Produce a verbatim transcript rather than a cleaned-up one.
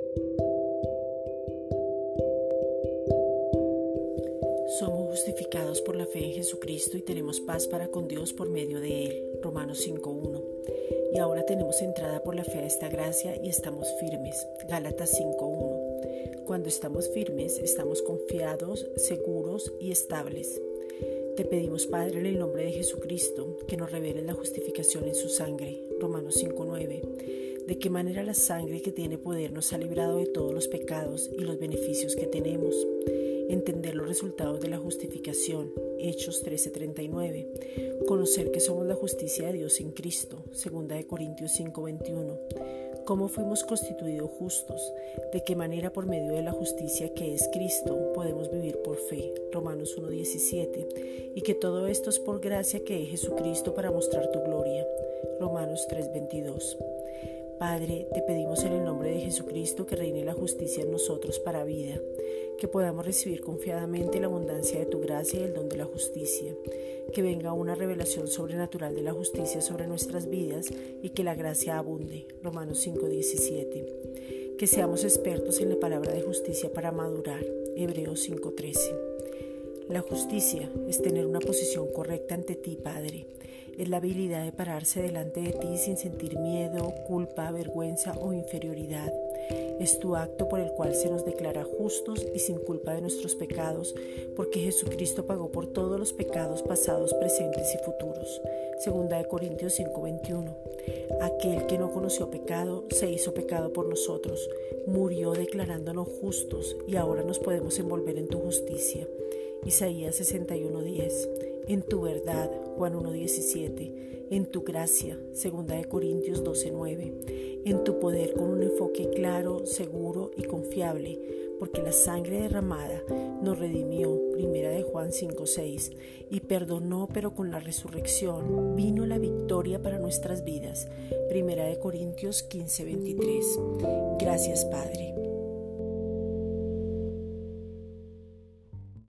Somos justificados por la fe en Jesucristo y tenemos paz para con Dios por medio de Él. Romanos cinco uno. Y ahora tenemos entrada por la fe a esta gracia y estamos firmes. Gálatas cinco uno. Cuando estamos firmes, estamos confiados, seguros y estables. Te pedimos, Padre, en el nombre de Jesucristo, que nos revele la justificación en su sangre. Romanos cinco nueve. De qué manera la sangre que tiene poder nos ha librado de todos los pecados y los beneficios que tenemos. Entender los resultados de la justificación. Hechos trece treinta y nueve. Conocer que somos la justicia de Dios en Cristo. Segunda de Corintios cinco veintiuno. ¿Cómo fuimos constituidos justos? ¿De qué manera por medio de la justicia que es Cristo podemos vivir por fe? Romanos uno diecisiete. Y que todo esto es por gracia que es Jesucristo para mostrar tu gloria. Romanos tres veintidós. Padre, te pedimos en el nombre de Jesucristo que reine la justicia en nosotros para vida, que podamos recibir confiadamente la abundancia de tu gracia y el don de la justicia, que venga una revelación sobrenatural de la justicia sobre nuestras vidas y que la gracia abunde. Romanos cinco diecisiete. Que seamos expertos en la palabra de justicia para madurar. Hebreos cinco trece. La justicia es tener una posición correcta ante ti, Padre. Es la habilidad de pararse delante de ti sin sentir miedo, culpa, vergüenza o inferioridad. Es tu acto por el cual se nos declara justos y sin culpa de nuestros pecados, porque Jesucristo pagó por todos los pecados pasados, presentes y futuros. Segunda de Corintios cinco veintiuno. Aquel que no conoció pecado se hizo pecado por nosotros, murió declarándonos justos y ahora nos podemos envolver en tu justicia. Isaías sesenta y uno diez. En tu verdad, Juan uno diecisiete, en tu gracia, Segunda de Corintios doce nueve, en tu poder con un enfoque claro, seguro y confiable, porque la sangre derramada nos redimió, Primera de Juan cinco seis, y perdonó, pero con la resurrección vino la victoria para nuestras vidas, Primera de Corintios quince veintitrés. Gracias, Padre.